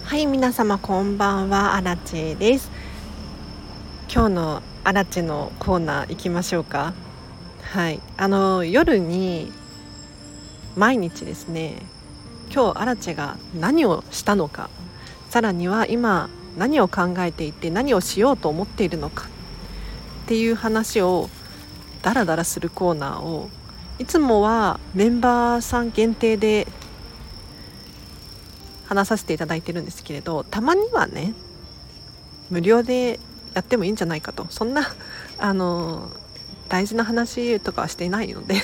はい、皆様こんばんは、アラチェです。今日のアラチェのコーナー行きましょうか。はい、夜に毎日ですね、今日アラチェが何をしたのか、さらには今何を考えていて何をしようと思っているのかっていう話をダラダラするコーナーを、いつもはメンバーさん限定で話させていただいてるんですけれど、たまにはね無料でやってもいいんじゃないかと、そんな大事な話とかはしていないので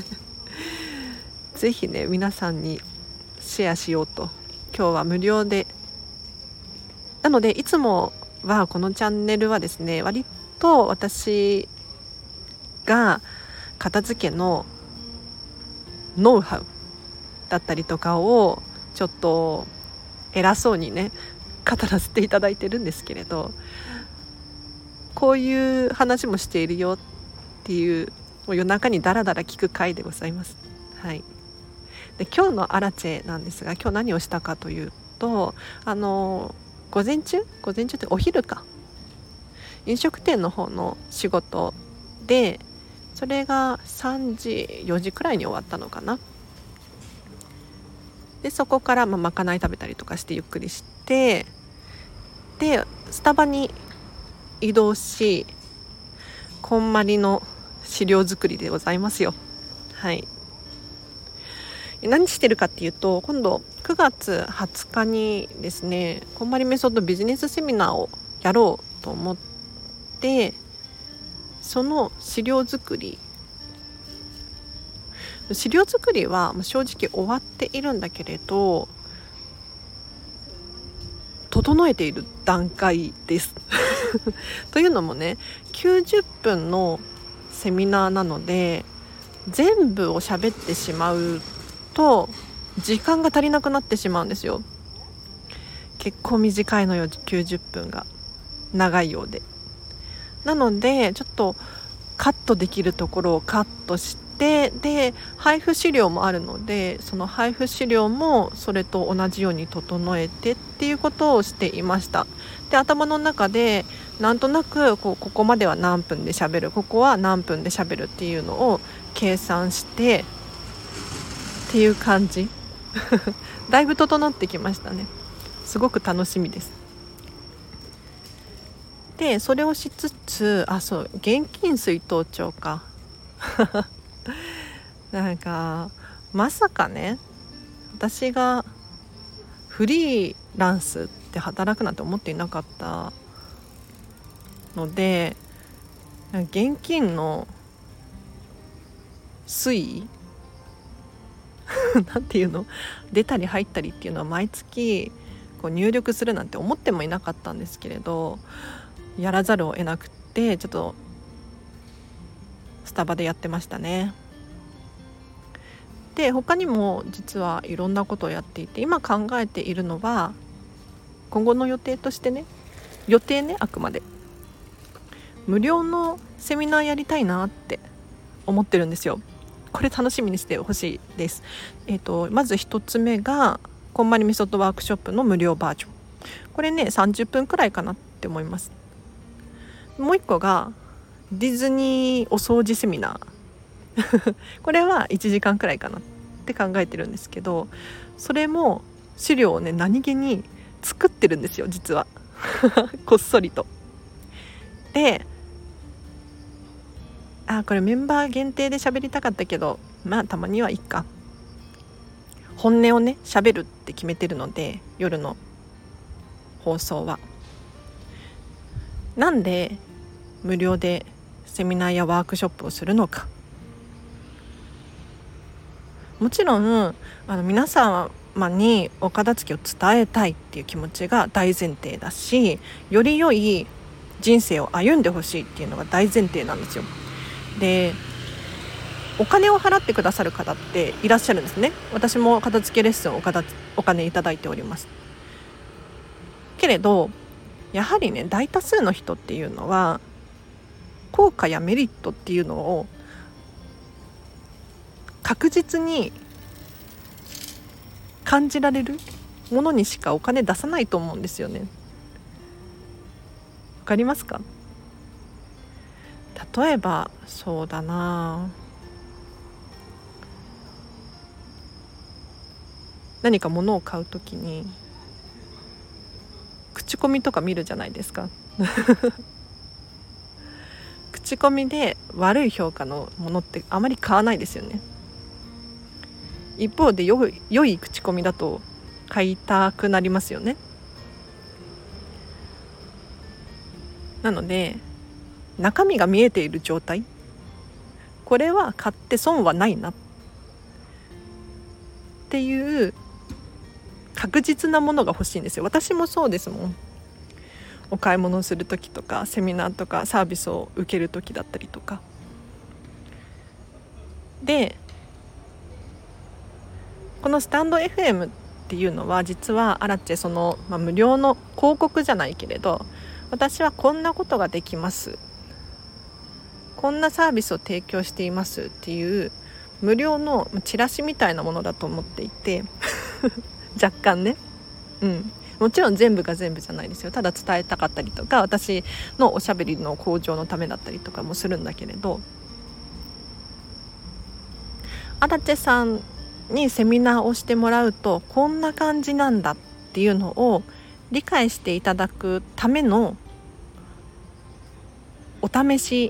ぜひね皆さんにシェアしようと、今日は無料でなので、いつもはこのチャンネルはですね、割と私が片付けのノウハウだったりとかをちょっと偉そうにね語らせていただいてるんですけれど、こういう話もしているよっていう、もう夜中にダラダラ聞く回でございます。はい。で、今日のアラチェなんですが、今日何をしたかというと、午前中ってお昼か、飲食店の方の仕事で、それが3時4時くらいに終わったのかな。でそこからまかない食べたりとかしてゆっくりして、でスタバに移動し、こんまりの資料作りでございますよ。はい。何してるかっていうと、今度9月20日にですね、こんまりメソッドビジネスセミナーをやろうと思って、その資料作りは正直終わっているんだけれど、整えている段階ですというのもね、90分のセミナーなので、全部を喋ってしまうと時間が足りなくなってしまうんですよ。結構短いのよ、90分が長いようで。なのでちょっとカットできるところをカットして、で配布資料もあるので、その配布資料もそれと同じように整えてっていうことをしていました。で頭の中でなんとなくここまでは何分で喋る、ここは何分で喋るっていうのを計算してっていう感じだいぶ整ってきましたね。すごく楽しみです。でそれをしつつ、現金出納帳かなんかまさかね、私がフリーランスで働くなんて思っていなかったので、現金の推移なんていうの、出たり入ったりっていうのは毎月こう入力するなんて思ってもいなかったんですけれど、やらざるを得なくて、ちょっとスタバでやってましたね。で他にも実はいろんなことをやっていて、今考えているのは、今後の予定としてね、あくまで無料のセミナーやりたいなって思ってるんですよ。これ楽しみにしてほしいです。まず一つ目がこんまりメソッドワークショップの無料バージョン。これね30分くらいかなって思います。もう一個がディズニーお掃除セミナーこれは1時間くらいかなって考えてるんですけど、それも資料をね何気に作ってるんですよ、実はこっそりと。でこれメンバー限定で喋りたかったけど、たまにはいいか。本音をね喋るって決めてるので、夜の放送はなんで無料でセミナーやワークショップをするのか。もちろん皆様にお片付けを伝えたいっていう気持ちが大前提だし、より良い人生を歩んでほしいっていうのが大前提なんですよ。でお金を払ってくださる方っていらっしゃるんですね。私も片付けレッスンをお金いただいておりますけれど、やはりね大多数の人っていうのは効果やメリットっていうのを確実に感じられるものにしかお金出さないと思うんですよね。わかりますか？例えばそうだな、何か物を買うときに口コミとか見るじゃないですか口コミで悪い評価のものってあまり買わないですよね。一方で良い口コミだと買いたくなりますよね。なので中身が見えている状態、これは買って損はないなっていう確実なものが欲しいんですよ。私もそうですもん。お買い物をする時とかセミナーとかサービスを受ける時だったりとかで、このスタンド FM っていうのは実はアラチェ無料の広告じゃないけれど、私はこんなことができます、こんなサービスを提供していますっていう無料のチラシみたいなものだと思っていて若干ね、もちろん全部が全部じゃないですよ。ただ伝えたかったりとか、私のおしゃべりの向上のためだったりとかもするんだけれど、アラチェさんにセミナーをしてもらうとこんな感じなんだっていうのを理解していただくためのお試し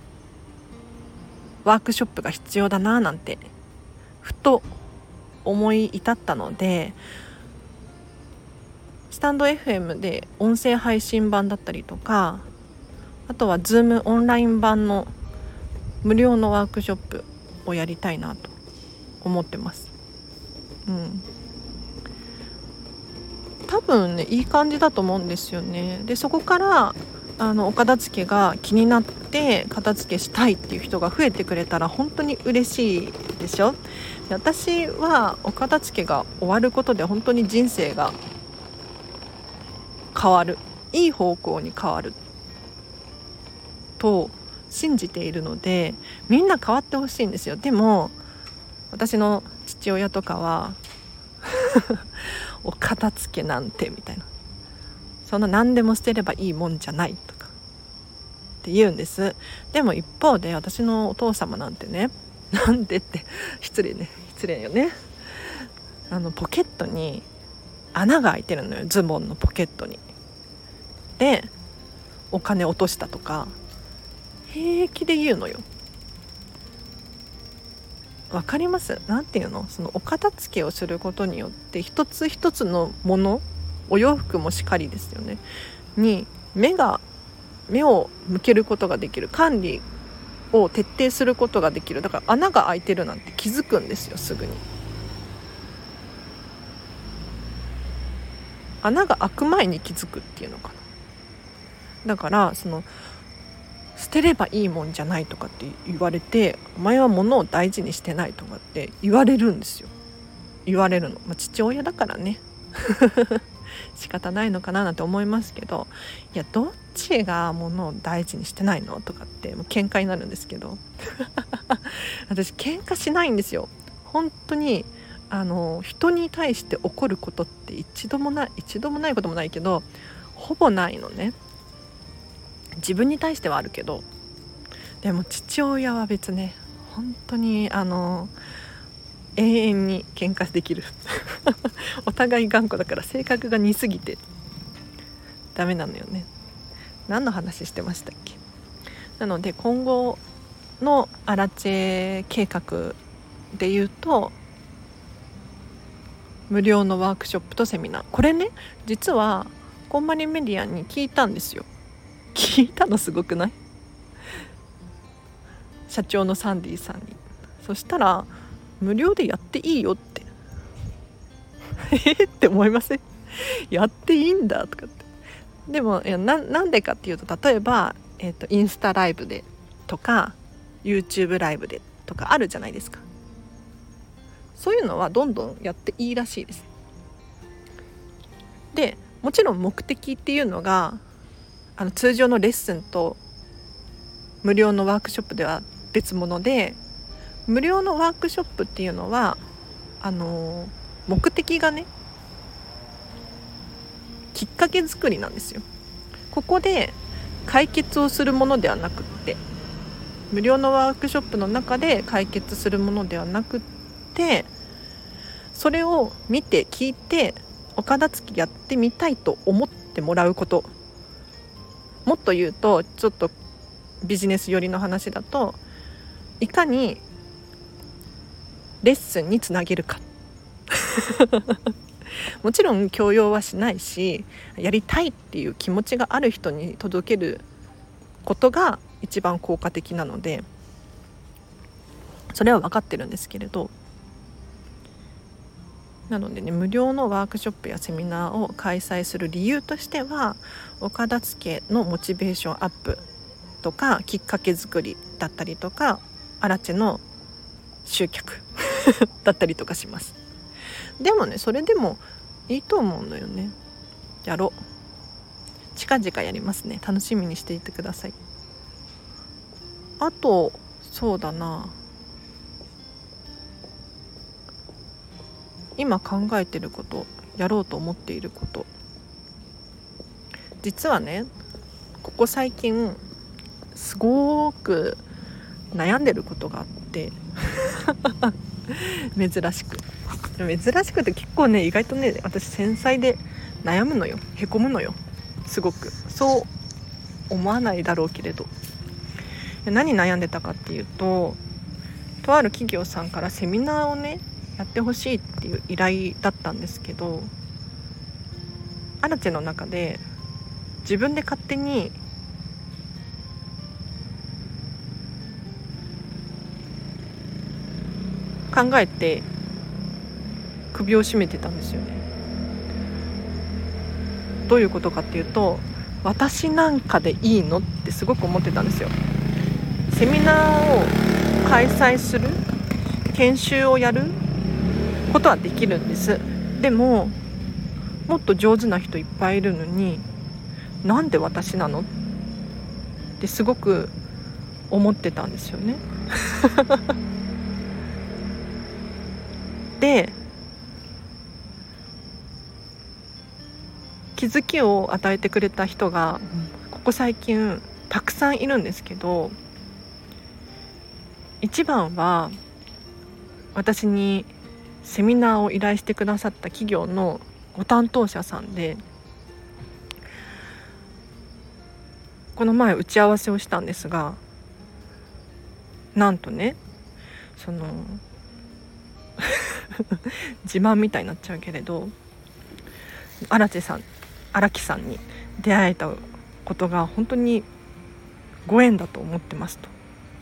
ワークショップが必要だななんてふと思い至ったので、スタンド FM で音声配信版だったりとか、あとは Zoom オンライン版の無料のワークショップをやりたいなと思ってます。多分ねいい感じだと思うんですよね。でそこからお片付けが気になって片付けしたいっていう人が増えてくれたら本当に嬉しいでしょ。で私はお片付けが終わることで本当に人生が変わる、いい方向に変わると信じているので、みんな変わってほしいんですよ。でも私の父親とかはお片付けなんてみたいな、そんな何でも捨てればいいもんじゃないとかって言うんです。でも一方で私のお父様なんてね、なんでって失礼よね。ポケットに穴が開いてるのよ、ズボンのポケットに。でお金落としたとか平気で言うのよ。わかります？なんていうの、そのお片付けをすることによって一つ一つのもの、お洋服もしかりですよねに目を向けることができる、管理を徹底することができる。だから穴が開いてるなんて気づくんですよ、すぐに。穴が開く前に気づくっていうのかな。だから捨てればいいもんじゃないとかって言われて、お前は物を大事にしてないとかって言われるんですよ。言われるの、父親だからね仕方ないのかななんて思いますけど、いやどっちが物を大事にしてないのとかってもう喧嘩になるんですけど私喧嘩しないんですよ。本当に人に対して怒ることって一度もないこともないけど、ほぼないのね。自分に対してはあるけど、でも父親は別ね、本当に永遠に喧嘩できるお互い頑固だから性格が似すぎてダメなのよね。何の話してましたっけ。なので今後のアラチェ計画で言うと、無料のワークショップとセミナー、これね実はこんまりメディアに聞いたんですよ。聞いたのすごくない？社長のサンディさんに。そしたら無料でやっていいよってって思いません？やっていいんだとかって。でもなんでかっていうと、例えば、インスタライブでとか YouTube ライブでとかあるじゃないですか。そういうのはどんどんやっていいらしいです。でもちろん目的っていうのが通常のレッスンと無料のワークショップでは別物で、無料のワークショップっていうのは目的がねきっかけ作りなんですよ。ここで解決をするものではなくって、無料のワークショップの中で解決するものではなくって、それを見て聞いてお片付けやってみたいと思ってもらうこと。もっと言うとちょっとビジネス寄りの話だと、いかにレッスンにつなげるかもちろん強要はしないし、やりたいっていう気持ちがある人に届けることが一番効果的なので、それは分かってるんですけれど、なのでね、無料のワークショップやセミナーを開催する理由としては、お片付けのモチベーションアップとか、きっかけ作りだったりとか、アラチェの集客だったりとかします。でもね、それでもいいと思うのよね。やろう。近々やりますね。楽しみにしていてください。あとそうだな、今考えてること、やろうと思っていること、実はね、ここ最近すごく悩んでることがあって珍しくて結構ね、意外とね、私繊細で悩むのよ、へこむのよ、すごく。そう思わないだろうけれど、何悩んでたかっていうと、とある企業さんからセミナーをねやってほしいっていう依頼だったんですけど、アラチェの中で自分で勝手に考えて首を絞めてたんですよね。どういうことかっていうと、私なんかでいいのってすごく思ってたんですよ。セミナーを開催する、研修をやることはできるんです。でももっと上手な人いっぱいいるのに、なんで私なのってすごく思ってたんですよねで、気づきを与えてくれた人がここ最近たくさんいるんですけど、一番は私にセミナーを依頼してくださった企業のご担当者さんで、この前打ち合わせをしたんですが、なんとね、その自慢みたいになっちゃうけれど、荒木さんに出会えたことが本当にご縁だと思ってますと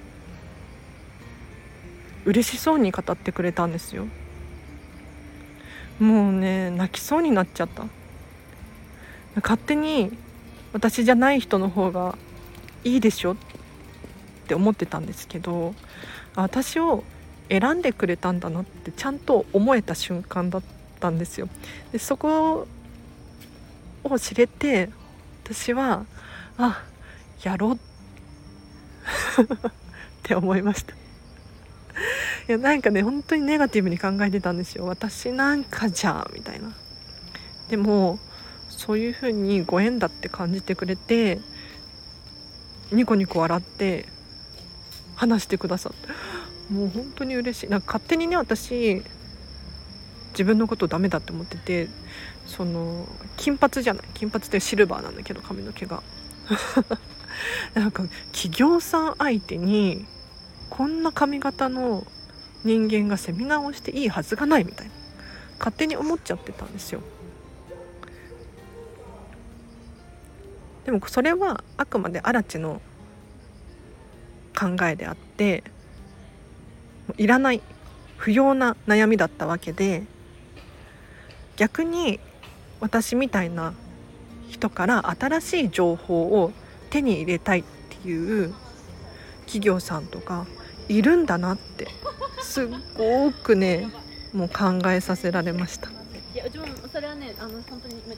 嬉しそうに語ってくれたんですよ。もうね、泣きそうになっちゃった。勝手に私じゃない人の方がいいでしょって思ってたんですけど、私を選んでくれたんだなってちゃんと思えた瞬間だったんですよ。でそこを知れて、私はやろうって思いました。いや、なんかね、本当にネガティブに考えてたんですよ。私なんかじゃみたいな。でもそういう風にご縁だって感じてくれて、ニコニコ笑って話してくださって、もう本当に嬉しい。なんか勝手にね、私自分のことダメだって思ってて、その金髪じゃない、金髪ってシルバーなんだけど髪の毛がなんか企業さん相手にこんな髪型の人間がセミナーをしていいはずがないみたいな、勝手に思っちゃってたんですよ。でもそれはあくまでアラチの考えであって、いらない不要な悩みだったわけで、逆に私みたいな人から新しい情報を手に入れたいっていう企業さんとかいるんだなってすごくね、もう考えさせられました。 いや、うちもそれはね、本当に無理。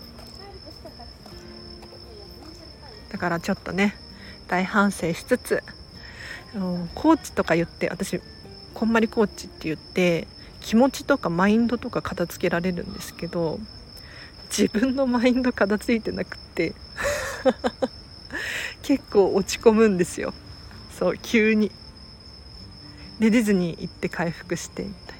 だからちょっとね、大反省しつつ、コーチとか言って、私こんまりコーチって言って気持ちとかマインドとか片付けられるんですけど、 自分のマインド片付いてなくって結構落ち込むんですよ。そう、急に。でディズニー行って回復してみたいな。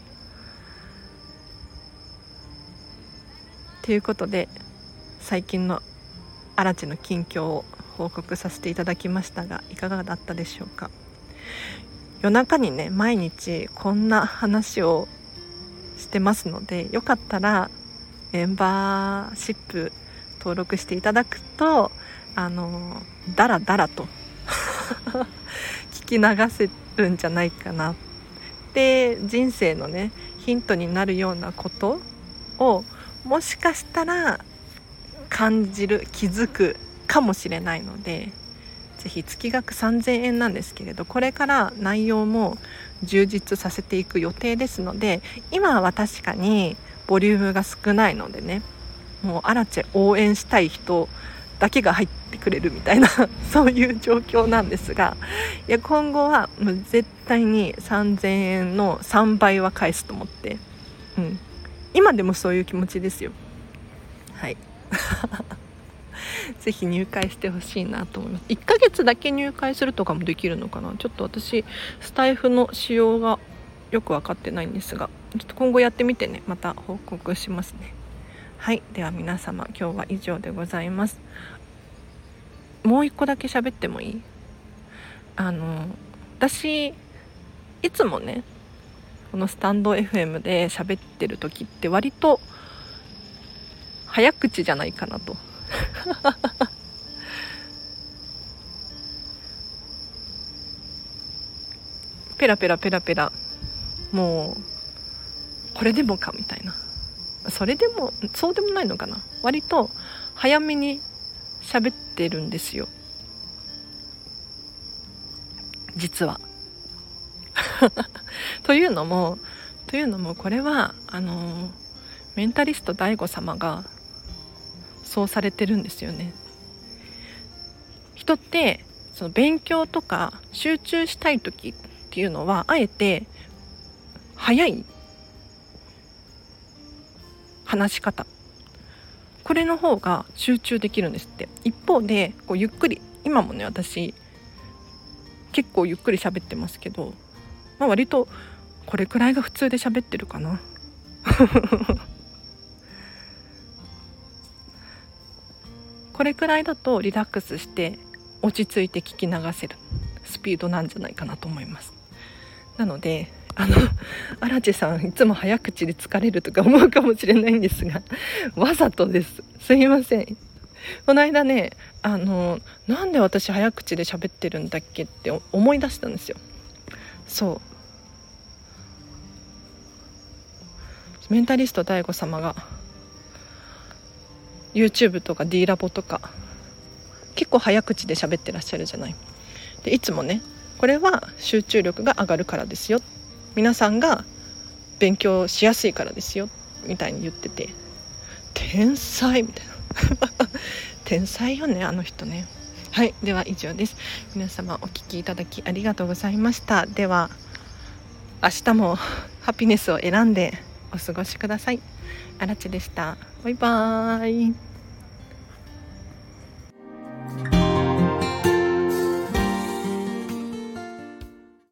ということで最近のアラチの近況を報告させていただきましたが、いかがだったでしょうか。夜中にね毎日こんな話をしてますので、よかったらメンバーシップ登録していただくとだらだらと聞き流せるんじゃないかな。で人生のねヒントになるようなことをもしかしたら感じる、気づくかもしれないので、ぜひ月額3000円なんですけれど、これから内容も充実させていく予定ですので、今は確かにボリュームが少ないのでね、もうアラチェ応援したい人だけが入ってくれるみたいなそういう状況なんですが、いや今後はもう絶対に3000円の3倍は返すと思って、今でもそういう気持ちですよ。はいぜひ入会してほしいなと思います。1ヶ月だけ入会するとかもできるのかな。ちょっと私スタイフの仕様がよく分かってないんですが、ちょっと今後やってみてね、また報告しますね。はい、では皆様今日は以上でございます。もう一個だけ喋ってもいい？私いつもねこのスタンド FM で喋ってる時って割と早口じゃないかなとペラペラペラペラ、もうこれでもかみたいな、それでもそうでもないのかな。割と早めに喋ってるんですよ実はというのもこれはメンタリスト DAIGO 様がそうされてるんですよね。人ってその勉強とか集中したい時っていうのはあえて早い話し方、これの方が集中できるんですって。一方でこうゆっくり、今もね私結構ゆっくり喋ってますけど、割とこれくらいが普通で喋ってるかなこれくらいだとリラックスして落ち着いて聞き流せるスピードなんじゃないかなと思います。なのでアラチェさんいつも早口で疲れるとか思うかもしれないんですがわざとです。すいません。この間ねなんで私早口で喋ってるんだっけって思い出したんですよ。そうメンタリスト DAIGO 様が YouTube とか D ラボとか結構早口で喋ってらっしゃるじゃない。でいつもねこれは集中力が上がるからですよ、皆さんが勉強しやすいからですよみたいに言ってて、天才みたいな天才よねあの人ね。はい、では以上です。皆様お聞きいただきありがとうございました。では明日もハピネスを選んでお過ごしください。あらちでした。バイバーイ。